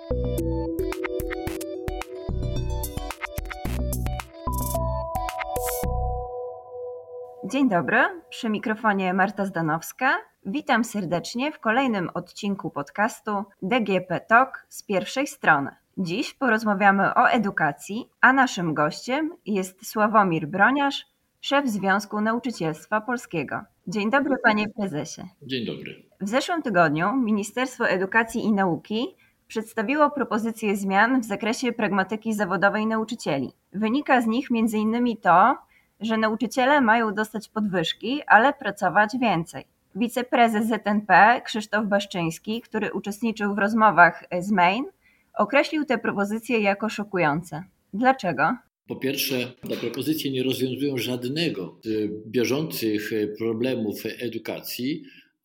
Dzień dobry, przy mikrofonie Marta Zdanowska. Witam serdecznie w kolejnym odcinku podcastu DGP Talk z pierwszej strony. Dziś porozmawiamy o edukacji, a naszym gościem jest Sławomir Broniarz, szef Związku Nauczycielstwa Polskiego. Dzień dobry, panie prezesie. Dzień dobry. W zeszłym tygodniu Ministerstwo Edukacji i Nauki przedstawiło propozycje zmian w zakresie pragmatyki zawodowej nauczycieli. Wynika z nich m.in. to, że nauczyciele mają dostać podwyżki, ale pracować więcej. Wiceprezes ZNP Krzysztof Baszczyński, który uczestniczył w rozmowach z Main, określił te propozycje jako szokujące. Dlaczego? Po pierwsze, te propozycje nie rozwiązują żadnego z bieżących problemów edukacji,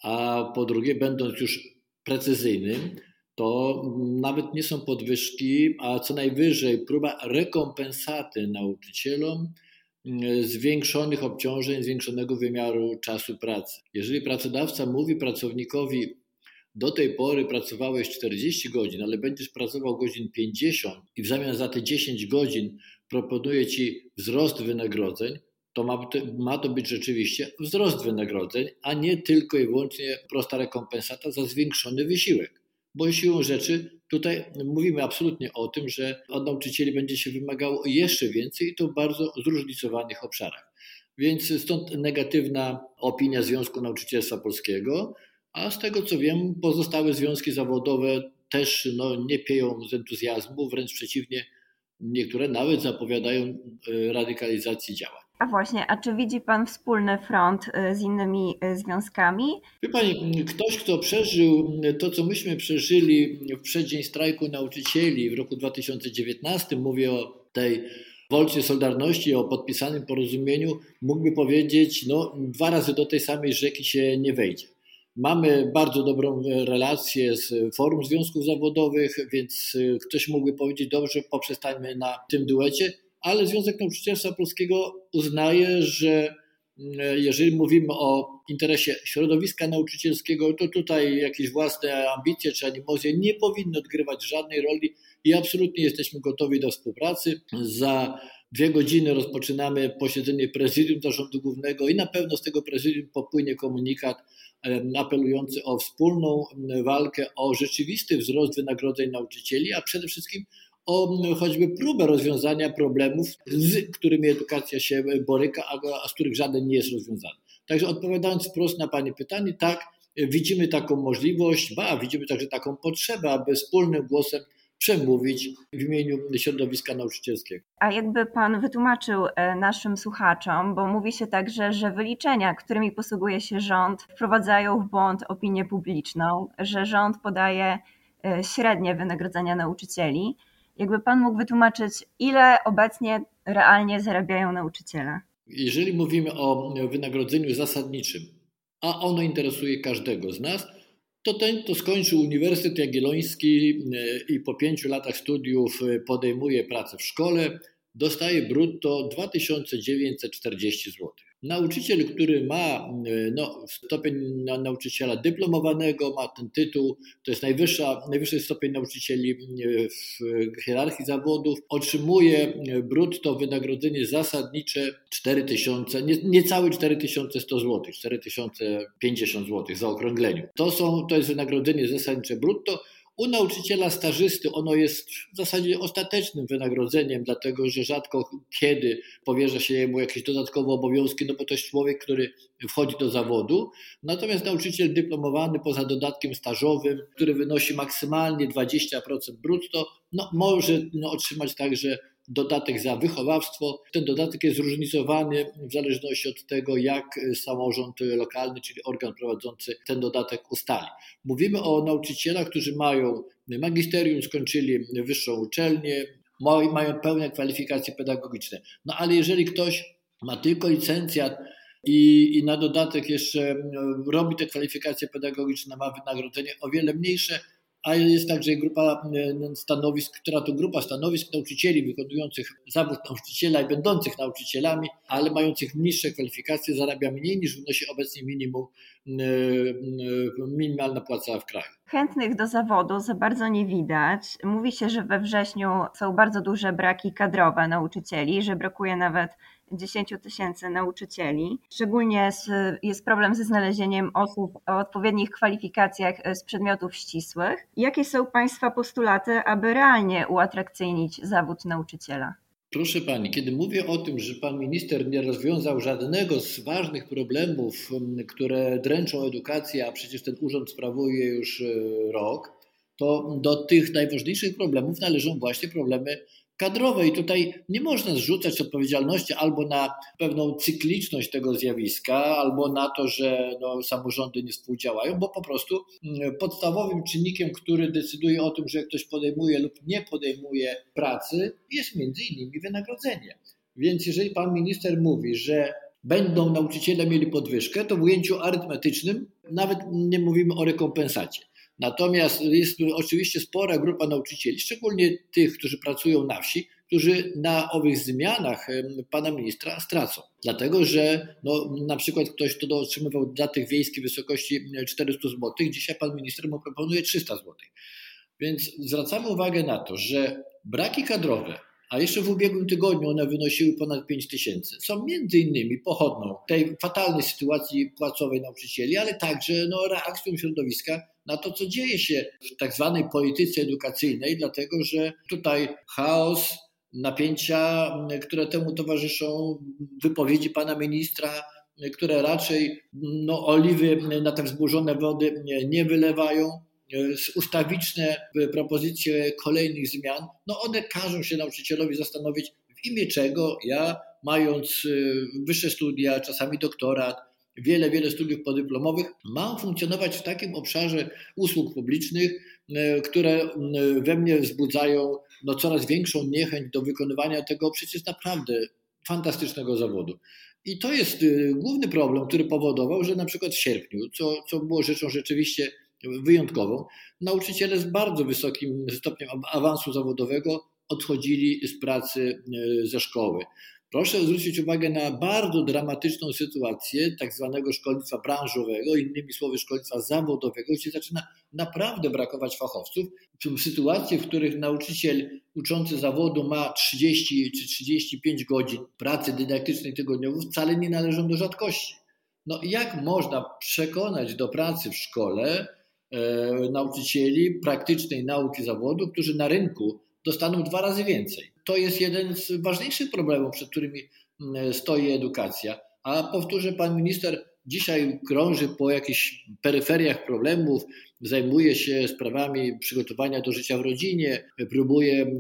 a po drugie, będąc już precyzyjnym, to nawet nie są podwyżki, a co najwyżej próba rekompensaty nauczycielom zwiększonych obciążeń, zwiększonego wymiaru czasu pracy. Jeżeli pracodawca mówi pracownikowi, do tej pory pracowałeś 40 godzin, ale będziesz pracował godzin 50 i w zamian za te 10 godzin proponuje ci wzrost wynagrodzeń, to ma to być rzeczywiście wzrost wynagrodzeń, a nie tylko i wyłącznie prosta rekompensata za zwiększony wysiłek. Bo siłą rzeczy tutaj mówimy absolutnie o tym, że od nauczycieli będzie się wymagało jeszcze więcej i to w bardzo zróżnicowanych obszarach. Więc stąd negatywna opinia Związku Nauczycielstwa Polskiego, a z tego co wiem, pozostałe związki zawodowe też nie pieją z entuzjazmu, wręcz przeciwnie, niektóre nawet zapowiadają radykalizację działań. A właśnie, a czy widzi pan wspólny front z innymi związkami? Wie pani, ktoś, kto przeżył to, co myśmy przeżyli w przeddzień strajku nauczycieli w roku 2019, mówię o tej wolcie Solidarności, o podpisanym porozumieniu, mógłby powiedzieć, 2 razy do tej samej rzeki się nie wejdzie. Mamy bardzo dobrą relację z Forum Związków Zawodowych, więc ktoś mógłby powiedzieć, dobrze, poprzestańmy na tym duecie, ale Związek Nauczycielstwa Polskiego uznaje, że jeżeli mówimy o interesie środowiska nauczycielskiego, to tutaj jakieś własne ambicje czy animozje nie powinny odgrywać żadnej roli i absolutnie jesteśmy gotowi do współpracy. Za 2 godziny rozpoczynamy posiedzenie Prezydium Zarządu Głównego i na pewno z tego prezydium popłynie komunikat apelujący o wspólną walkę, o rzeczywisty wzrost wynagrodzeń nauczycieli, a przede wszystkim o choćby próbę rozwiązania problemów, z którymi edukacja się boryka, a z których żaden nie jest rozwiązany. Także odpowiadając wprost na pani pytanie, tak, widzimy taką możliwość, widzimy także taką potrzebę, aby wspólnym głosem przemówić w imieniu środowiska nauczycielskiego. A jakby pan wytłumaczył naszym słuchaczom, bo mówi się także, że wyliczenia, którymi posługuje się rząd, wprowadzają w błąd opinię publiczną, że rząd podaje średnie wynagrodzenia nauczycieli. Jakby pan mógł wytłumaczyć, ile obecnie realnie zarabiają nauczyciele? Jeżeli mówimy o wynagrodzeniu zasadniczym, a ono interesuje każdego z nas, to ten, kto skończył Uniwersytet Jagielloński i po 5 latach studiów podejmuje pracę w szkole, dostaje brutto 2940 zł. Nauczyciel, który ma stopień nauczyciela dyplomowanego, ma ten tytuł, to jest najwyższy stopień nauczycieli w hierarchii zawodów, otrzymuje brutto wynagrodzenie zasadnicze 4000, niecałe 4100 zł, 4050 zł w zaokrągleniu. To jest wynagrodzenie zasadnicze brutto. U nauczyciela stażysty ono jest w zasadzie ostatecznym wynagrodzeniem, dlatego że rzadko kiedy powierza się mu jakieś dodatkowe obowiązki, bo to jest człowiek, który wchodzi do zawodu. Natomiast nauczyciel dyplomowany poza dodatkiem stażowym, który wynosi maksymalnie 20% brutto, może otrzymać także dodatek za wychowawstwo. Ten dodatek jest zróżnicowany w zależności od tego, jak samorząd lokalny, czyli organ prowadzący ten dodatek ustali. Mówimy o nauczycielach, którzy mają magisterium, skończyli wyższą uczelnię, mają pełne kwalifikacje pedagogiczne. Ale jeżeli ktoś ma tylko licencjat i na dodatek jeszcze robi te kwalifikacje pedagogiczne, ma wynagrodzenie o wiele mniejsze, a jest także grupa stanowisk, która to grupa stanowisk nauczycieli wykonujących zawód nauczyciela i będących nauczycielami, ale mających niższe kwalifikacje, zarabia mniej niż wynosi obecnie minimalna płaca w kraju. Chętnych do zawodu za bardzo nie widać. Mówi się, że we wrześniu są bardzo duże braki kadrowe nauczycieli, że brakuje nawet 10 000 nauczycieli. Szczególnie jest problem ze znalezieniem osób o odpowiednich kwalifikacjach z przedmiotów ścisłych. Jakie są Państwa postulaty, aby realnie uatrakcyjnić zawód nauczyciela? Proszę Pani, kiedy mówię o tym, że Pan Minister nie rozwiązał żadnego z ważnych problemów, które dręczą edukację, a przecież ten urząd sprawuje już rok, to do tych najważniejszych problemów należą właśnie problemy kadrowe i tutaj nie można zrzucać odpowiedzialności albo na pewną cykliczność tego zjawiska, albo na to, że samorządy nie współdziałają, bo po prostu podstawowym czynnikiem, który decyduje o tym, że ktoś podejmuje lub nie podejmuje pracy, jest między innymi wynagrodzenie. Więc jeżeli pan minister mówi, że będą nauczyciele mieli podwyżkę, to w ujęciu arytmetycznym nawet nie mówimy o rekompensacie. Natomiast jest oczywiście spora grupa nauczycieli, szczególnie tych, którzy pracują na wsi, którzy na owych zmianach pana ministra stracą. Dlatego, że na przykład ktoś, kto otrzymywał dodatek wiejski w wysokości 400 zł, dzisiaj pan minister mu proponuje 300 zł. Więc zwracamy uwagę na to, że braki kadrowe, a jeszcze w ubiegłym tygodniu one wynosiły ponad 5 000, są między innymi pochodną tej fatalnej sytuacji płacowej nauczycieli, ale także reakcją środowiska na to, co dzieje się w tak zwanej polityce edukacyjnej, dlatego że tutaj chaos, napięcia, które temu towarzyszą, wypowiedzi pana ministra, które raczej oliwy na te wzburzone wody nie wylewają, ustawiczne propozycje kolejnych zmian, one każą się nauczycielowi zastanowić, w imię czego ja, mając wyższe studia, czasami doktorat, wiele studiów podyplomowych, mam funkcjonować w takim obszarze usług publicznych, które we mnie wzbudzają coraz większą niechęć do wykonywania tego przecież naprawdę fantastycznego zawodu. I to jest główny problem, który powodował, że na przykład w sierpniu, co było rzeczą rzeczywiście wyjątkową, nauczyciele z bardzo wysokim stopniem awansu zawodowego odchodzili z pracy ze szkoły. Proszę zwrócić uwagę na bardzo dramatyczną sytuację tak zwanego szkolnictwa branżowego, innymi słowy szkolnictwa zawodowego, gdzie zaczyna naprawdę brakować fachowców. Sytuacje, w których nauczyciel uczący zawodu ma 30 czy 35 godzin pracy dydaktycznej tygodniowo, wcale nie należą do rzadkości. Jak można przekonać do pracy w szkole nauczycieli praktycznej nauki zawodu, którzy na rynku dostaną 2 razy więcej? To jest jeden z ważniejszych problemów, przed którymi stoi edukacja. A powtórzę, pan minister dzisiaj krąży po jakichś peryferiach problemów, zajmuje się sprawami przygotowania do życia w rodzinie, próbuje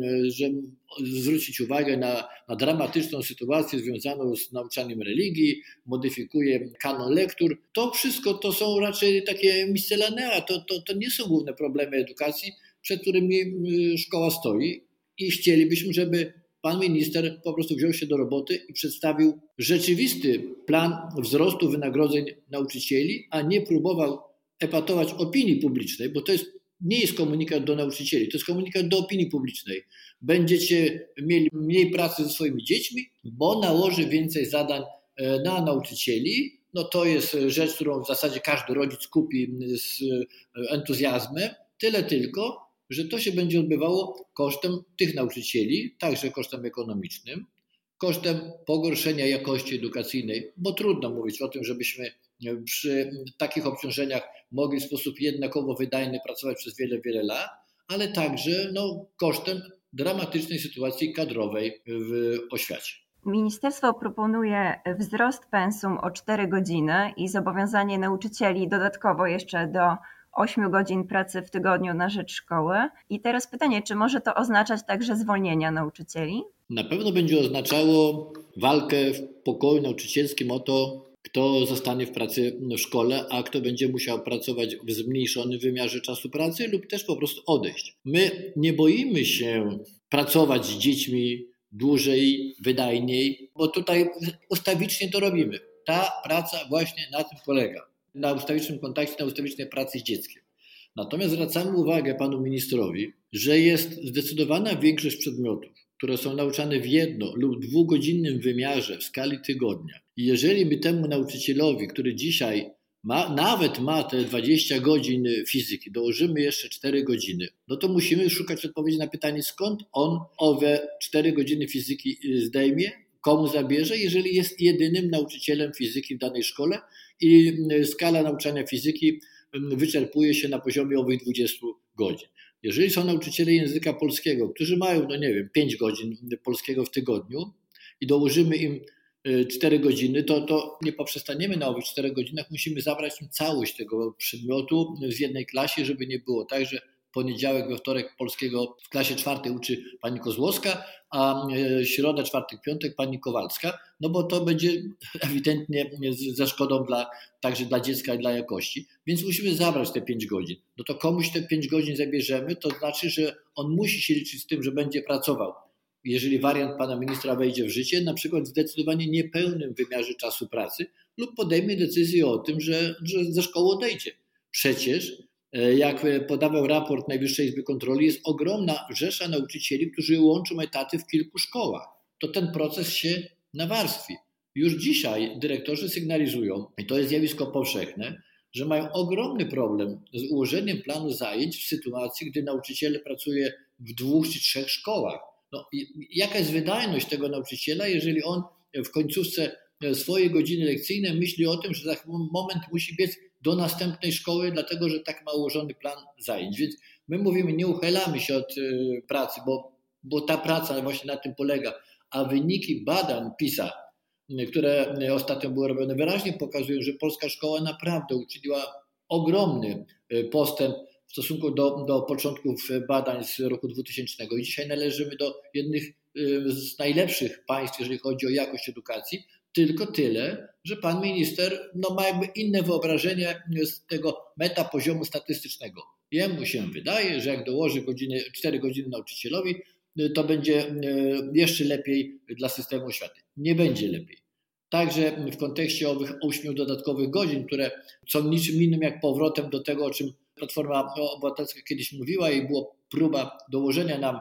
zwrócić uwagę na dramatyczną sytuację związaną z nauczaniem religii, modyfikuje kanon lektur. To wszystko to są raczej takie miscelanea, to nie są główne problemy edukacji, przed którymi szkoła stoi. I chcielibyśmy, żeby pan minister po prostu wziął się do roboty i przedstawił rzeczywisty plan wzrostu wynagrodzeń nauczycieli, a nie próbował epatować opinii publicznej, bo to nie jest komunikat do nauczycieli, to jest komunikat do opinii publicznej. Będziecie mieli mniej pracy ze swoimi dziećmi, bo nałoży więcej zadań na nauczycieli. To jest rzecz, którą w zasadzie każdy rodzic kupi z entuzjazmem, tyle tylko, że to się będzie odbywało kosztem tych nauczycieli, także kosztem ekonomicznym, kosztem pogorszenia jakości edukacyjnej, bo trudno mówić o tym, żebyśmy przy takich obciążeniach mogli w sposób jednakowo wydajny pracować przez wiele lat, ale także kosztem dramatycznej sytuacji kadrowej w oświacie. Ministerstwo proponuje wzrost pensum o 4 godziny i zobowiązanie nauczycieli dodatkowo jeszcze do 8 godzin pracy w tygodniu na rzecz szkoły. I teraz pytanie, czy może to oznaczać także zwolnienia nauczycieli? Na pewno będzie oznaczało walkę w pokoju nauczycielskim o to, kto zostanie w pracy w szkole, a kto będzie musiał pracować w zmniejszonym wymiarze czasu pracy lub też po prostu odejść. My nie boimy się pracować z dziećmi dłużej, wydajniej, bo tutaj ustawicznie to robimy. Ta praca właśnie na tym polega. Na ustawicznym kontakcie, na ustawicznej pracy z dzieckiem. Natomiast zwracamy uwagę panu ministrowi, że jest zdecydowana większość przedmiotów, które są nauczane w jedno- lub dwugodzinnym wymiarze w skali tygodnia. I jeżeli my temu nauczycielowi, który dzisiaj nawet ma te 20 godzin fizyki, dołożymy jeszcze 4 godziny, no to musimy szukać odpowiedzi na pytanie, skąd on owe 4 godziny fizyki zdejmie, komu zabierze, jeżeli jest jedynym nauczycielem fizyki w danej szkole i skala nauczania fizyki wyczerpuje się na poziomie owych 20 godzin. Jeżeli są nauczyciele języka polskiego, którzy mają, 5 godzin polskiego w tygodniu i dołożymy im 4 godziny, to nie poprzestaniemy na owych 4 godzinach, musimy zabrać im całość tego przedmiotu w jednej klasie, żeby nie było tak, że w poniedziałek, we wtorek polskiego w klasie 4 uczy pani Kozłowska, a środa, czwartek, piątek pani Kowalska, no bo to będzie ewidentnie ze szkodą także dla dziecka i dla jakości. Więc musimy zabrać te 5 godzin. No to komuś te 5 godzin zabierzemy, to znaczy, że on musi się liczyć z tym, że będzie pracował. Jeżeli wariant pana ministra wejdzie w życie, na przykład w zdecydowanie niepełnym wymiarze czasu pracy lub podejmie decyzję o tym, że ze szkoły odejdzie. Przecież, jak podawał raport Najwyższej Izby Kontroli, jest ogromna rzesza nauczycieli, którzy łączą etaty w kilku szkołach. To ten proces się nawarstwi. Już dzisiaj dyrektorzy sygnalizują, i to jest zjawisko powszechne, że mają ogromny problem z ułożeniem planu zajęć w sytuacji, gdy nauczyciel pracuje w 2 czy 3 szkołach. No, jaka jest wydajność tego nauczyciela, jeżeli on w końcówce swojej godziny lekcyjnej myśli o tym, że za moment musi biec do następnej szkoły, dlatego że tak ma ułożony plan zajęć. Więc my mówimy, nie uchylamy się od pracy, bo ta praca właśnie na tym polega, a wyniki badań PISA, które ostatnio były robione, wyraźnie pokazują, że polska szkoła naprawdę uczyniła ogromny postęp w stosunku do początków badań z roku 2000 i dzisiaj należymy do jednych z najlepszych państw, jeżeli chodzi o jakość edukacji, tylko tyle, że pan minister ma jakby inne wyobrażenie z tego metapoziomu statystycznego. Jemu się wydaje, że jak dołoży 4 godziny nauczycielowi, to będzie jeszcze lepiej dla systemu oświaty. Nie będzie lepiej. Także w kontekście owych 8 dodatkowych godzin, które są niczym innym jak powrotem do tego, o czym Platforma Obywatelska kiedyś mówiła i była próba dołożenia nam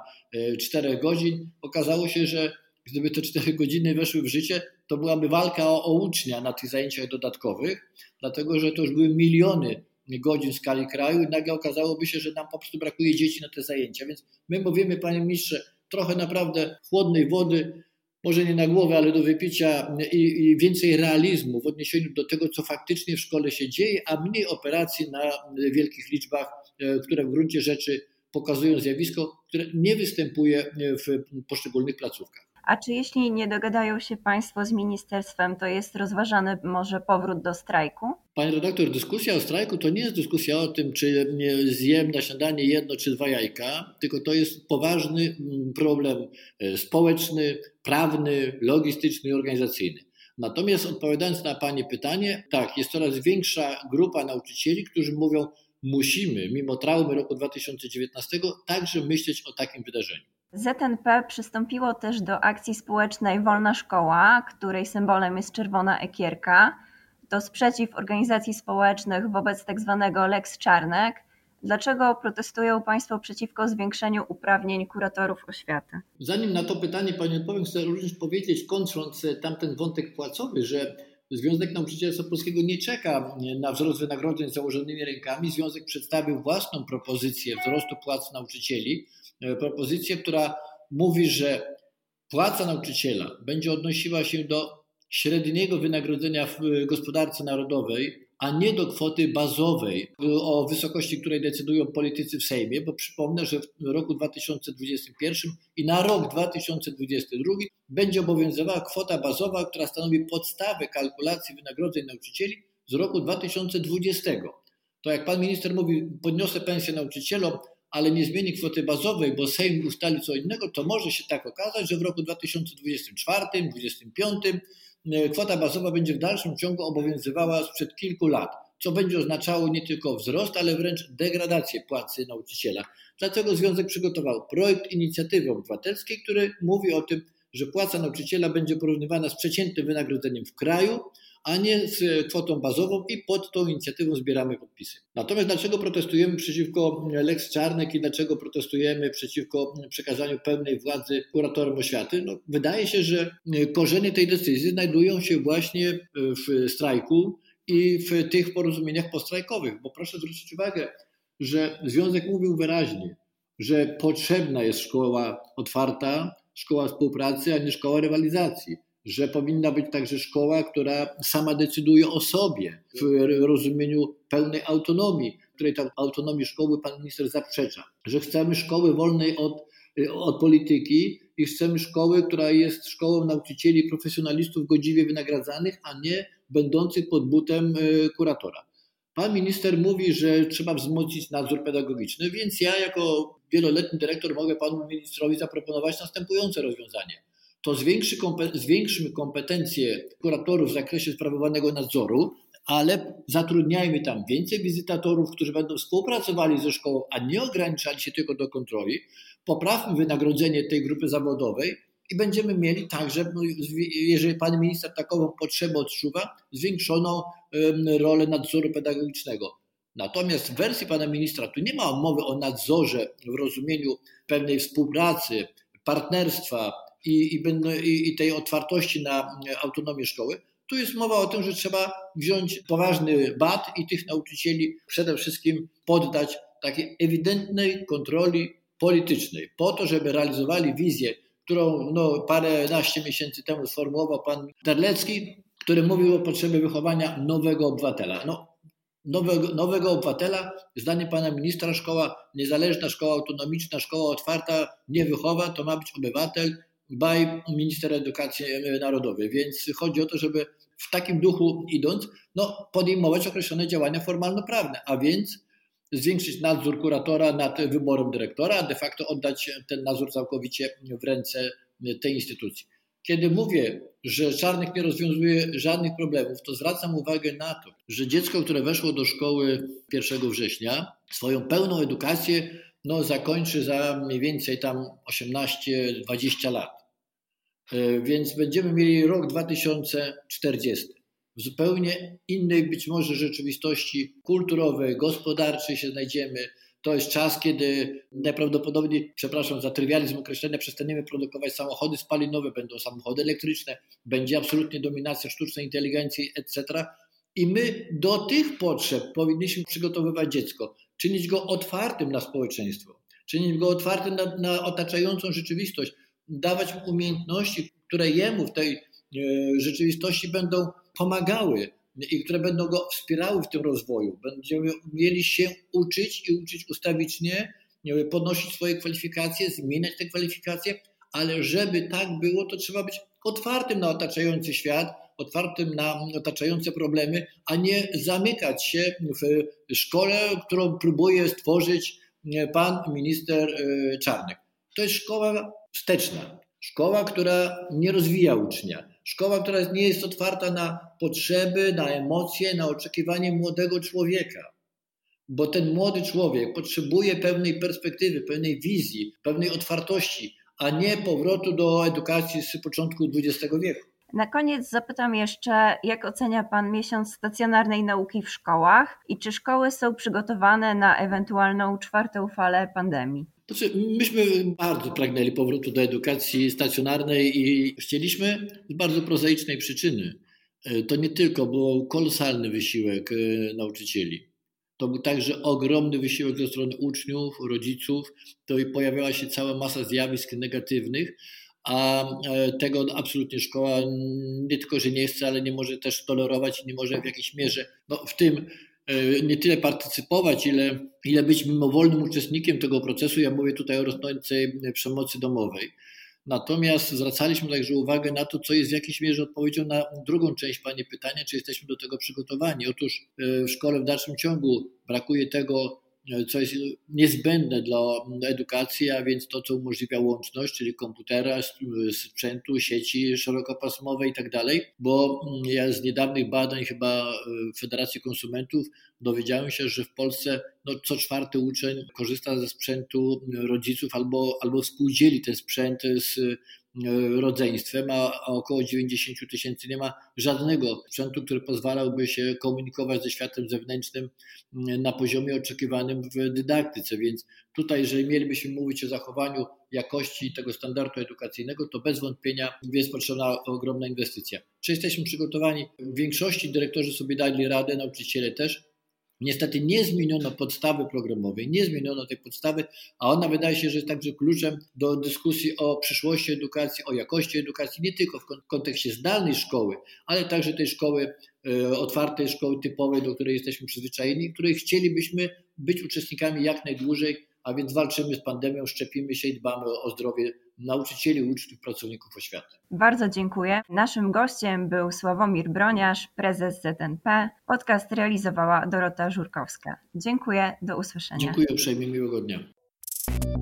4 godzin, okazało się, że gdyby te 4 godziny weszły w życie, to byłaby walka o ucznia na tych zajęciach dodatkowych, dlatego że to już były miliony godzin w skali kraju i nagle okazałoby się, że nam po prostu brakuje dzieci na te zajęcia. Więc my mówimy, panie ministrze, trochę naprawdę chłodnej wody, może nie na głowę, ale do wypicia i więcej realizmu w odniesieniu do tego, co faktycznie w szkole się dzieje, a mniej operacji na wielkich liczbach, które w gruncie rzeczy pokazują zjawisko, które nie występuje w poszczególnych placówkach. A czy jeśli nie dogadają się państwo z ministerstwem, to jest rozważany może powrót do strajku? Panie redaktor, dyskusja o strajku to nie jest dyskusja o tym, czy zjem na śniadanie 1 czy 2 jajka, tylko to jest poważny problem społeczny, prawny, logistyczny i organizacyjny. Natomiast odpowiadając na Pani pytanie, tak, jest coraz większa grupa nauczycieli, którzy mówią, musimy mimo traumy roku 2019 także myśleć o takim wydarzeniu. ZNP przystąpiło też do akcji społecznej Wolna Szkoła, której symbolem jest czerwona ekierka. To sprzeciw organizacji społecznych wobec tzw. Lex Czarnek. Dlaczego protestują państwo przeciwko zwiększeniu uprawnień kuratorów oświaty? Zanim na to pytanie Pani odpowiem, chcę również powiedzieć, kończąc tamten wątek płacowy, że Związek Nauczycielstwa Polskiego nie czeka na wzrost wynagrodzeń z założonymi rękami. Związek przedstawił własną propozycję wzrostu płac nauczycieli. Propozycję, która mówi, że płaca nauczyciela będzie odnosiła się do średniego wynagrodzenia w gospodarce narodowej, a nie do kwoty bazowej, o wysokości której decydują politycy w Sejmie, bo przypomnę, że w roku 2021 i na rok 2022 będzie obowiązywała kwota bazowa, która stanowi podstawę kalkulacji wynagrodzeń nauczycieli z roku 2020. To jak pan minister mówi, podniosę pensję nauczycielom, ale nie zmieni kwoty bazowej, bo Sejm ustali co innego, to może się tak okazać, że w roku 2024-2025 kwota bazowa będzie w dalszym ciągu obowiązywała sprzed kilku lat, co będzie oznaczało nie tylko wzrost, ale wręcz degradację płacy nauczyciela. Dlatego Związek przygotował projekt inicjatywy obywatelskiej, który mówi o tym, że płaca nauczyciela będzie porównywana z przeciętnym wynagrodzeniem w kraju, a nie z kwotą bazową i pod tą inicjatywą zbieramy podpisy. Natomiast dlaczego protestujemy przeciwko Lex Czarnek i dlaczego protestujemy przeciwko przekazaniu pełnej władzy kuratorom oświaty? No, wydaje się, że korzenie tej decyzji znajdują się właśnie w strajku i w tych porozumieniach postrajkowych, bo proszę zwrócić uwagę, że Związek mówił wyraźnie, że potrzebna jest szkoła otwarta, szkoła współpracy, a nie szkoła rywalizacji, że powinna być także szkoła, która sama decyduje o sobie w rozumieniu pełnej autonomii, której tam autonomii szkoły pan minister zaprzecza, że chcemy szkoły wolnej od polityki i chcemy szkoły, która jest szkołą nauczycieli, profesjonalistów godziwie wynagradzanych, a nie będących pod butem kuratora. Pan minister mówi, że trzeba wzmocnić nadzór pedagogiczny, więc ja jako wieloletni dyrektor mogę panu ministrowi zaproponować następujące rozwiązanie. To zwiększmy kompetencje kuratorów w zakresie sprawowanego nadzoru, ale zatrudniajmy tam więcej wizytatorów, którzy będą współpracowali ze szkołą, a nie ograniczali się tylko do kontroli. Poprawmy wynagrodzenie tej grupy zawodowej i będziemy mieli także, jeżeli pan minister takową potrzebę odczuwa, zwiększoną rolę nadzoru pedagogicznego. Natomiast w wersji pana ministra tu nie ma mowy o nadzorze w rozumieniu pewnej współpracy, partnerstwa i tej otwartości na autonomię szkoły. Tu jest mowa o tym, że trzeba wziąć poważny bat i tych nauczycieli przede wszystkim poddać takiej ewidentnej kontroli politycznej, po to, żeby realizowali wizję, którą paręnaście miesięcy temu sformułował pan Terlecki, który mówił o potrzebie wychowania nowego obywatela. Nowego obywatela, zdaniem pana ministra, szkoła niezależna, szkoła autonomiczna, szkoła otwarta nie wychowa, to ma być obywatel by minister edukacji narodowej. Więc chodzi o to, żeby w takim duchu idąc, podejmować określone działania formalno-prawne, a więc zwiększyć nadzór kuratora nad wyborem dyrektora, a de facto oddać ten nadzór całkowicie w ręce tej instytucji. Kiedy mówię, że Czarnek nie rozwiązuje żadnych problemów, to zwracam uwagę na to, że dziecko, które weszło do szkoły 1 września, swoją pełną edukację zakończy za mniej więcej tam 18-20 lat. Więc będziemy mieli rok 2040. W zupełnie innej być może rzeczywistości kulturowej, gospodarczej się znajdziemy. To jest czas, kiedy najprawdopodobniej, przepraszam za trywializm określenia, przestaniemy produkować samochody spalinowe, będą samochody elektryczne, będzie absolutnie dominacja sztucznej inteligencji, etc. I my do tych potrzeb powinniśmy przygotowywać dziecko, czynić go otwartym na społeczeństwo, czynić go otwartym na otaczającą rzeczywistość, dawać mu umiejętności, które jemu w tej rzeczywistości będą pomagały i które będą go wspierały w tym rozwoju. Będziemy mieli się uczyć i uczyć ustawicznie, podnosić swoje kwalifikacje, zmieniać te kwalifikacje, ale żeby tak było, to trzeba być otwartym na otaczający świat, otwartym na otaczające problemy, a nie zamykać się w szkole, którą próbuje stworzyć pan minister Czarnek. To jest szkoła wsteczna, szkoła, która nie rozwija ucznia, szkoła, która nie jest otwarta na potrzeby, na emocje, na oczekiwanie młodego człowieka. Bo ten młody człowiek potrzebuje pewnej perspektywy, pewnej wizji, pewnej otwartości, a nie powrotu do edukacji z początku XX wieku. Na koniec zapytam jeszcze, jak ocenia pan miesiąc stacjonarnej nauki w szkołach i czy szkoły są przygotowane na ewentualną 4. falę pandemii? Myśmy bardzo pragnęli powrotu do edukacji stacjonarnej i chcieliśmy z bardzo prozaicznej przyczyny. To nie tylko był kolosalny wysiłek nauczycieli. To był także ogromny wysiłek ze strony uczniów, rodziców. To pojawiała się cała masa zjawisk negatywnych, a tego absolutnie szkoła nie tylko, że nie chce, ale nie może też tolerować i nie może w jakiejś mierze w tym nie tyle partycypować, ile być mimowolnym uczestnikiem tego procesu. Ja mówię tutaj o rosnącej przemocy domowej. Natomiast zwracaliśmy także uwagę na to, co jest w jakiejś mierze odpowiedzią na drugą część pani pytania, czy jesteśmy do tego przygotowani. Otóż w szkole w dalszym ciągu brakuje tego, co jest niezbędne dla edukacji, a więc to, co umożliwia łączność, czyli komputera, sprzętu, sieci szerokopasmowej i tak dalej, bo ja z niedawnych badań chyba Federacji Konsumentów dowiedziałem się, że w Polsce co 4. uczeń korzysta ze sprzętu rodziców albo współdzieli ten sprzęt rodzeństwem, a około 90 000 nie ma żadnego sprzętu, który pozwalałby się komunikować ze światem zewnętrznym na poziomie oczekiwanym w dydaktyce. Więc tutaj, jeżeli mielibyśmy mówić o zachowaniu jakości tego standardu edukacyjnego, to bez wątpienia jest potrzebna ogromna inwestycja. Czy jesteśmy przygotowani? W większości dyrektorzy sobie dali radę, nauczyciele też. Niestety nie zmieniono podstawy programowej, nie zmieniono tej podstawy, a ona wydaje się, że jest także kluczem do dyskusji o przyszłości edukacji, o jakości edukacji, nie tylko w kontekście zdalnej szkoły, ale także tej szkoły otwartej, szkoły typowej, do której jesteśmy przyzwyczajeni i której chcielibyśmy być uczestnikami jak najdłużej, a więc walczymy z pandemią, szczepimy się i dbamy o zdrowie nauczycieli, uczniów, pracowników oświaty. Bardzo dziękuję. Naszym gościem był Sławomir Broniarz, prezes ZNP. Podcast realizowała Dorota Żurkowska. Dziękuję, do usłyszenia. Dziękuję uprzejmie, miłego dnia.